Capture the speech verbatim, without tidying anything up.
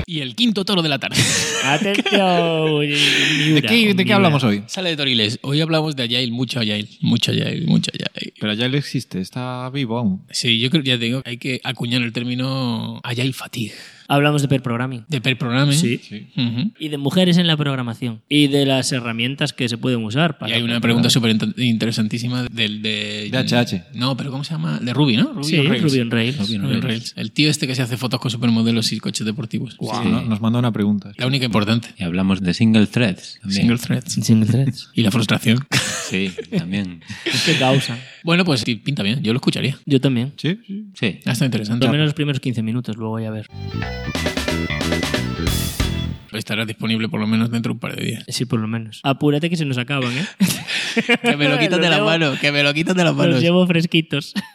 y el quinto toro de la tarde. Atención. ¿De qué, ¿De qué hablamos hoy? Sala de Toriles. Hoy hablamos de Agile, mucho Agile, mucho Agile, mucho Agile. Pero Agile existe, está vivo aún. Sí, yo creo que ya te digo, hay que acuñar el término Agile Fatigue. Hablamos de pair programming. De pair programming. Sí. Sí. Uh-huh. Y de mujeres en la programación. Y de las herramientas que se pueden usar para... Y hay una pregunta súper interesantísima del de... De H H. No, pero ¿cómo se llama? De Ruby, ¿no? Ruby Sí, on Rails. Ruby on Rails. Ruby on Rails. Rails. El tío este que se hace fotos con supermodelos y coches deportivos. Wow. Sí, ¿no? Nos manda una pregunta. La única importante. Y hablamos de single threads también. Single threads. Single threads. Y la frustración. Sí, también. ¿Qué causa? Bueno, pues pinta bien. Yo lo escucharía. Yo también. Sí, sí. Sí. Ah, está interesante. Por lo menos los primeros quince minutos, luego ya a ver. Estará disponible por lo menos dentro de un par de días. Sí, por lo menos. Apúrate que se nos acaban, ¿eh? Que me lo quitan de las manos, que me lo quitan de las manos. Los llevo fresquitos.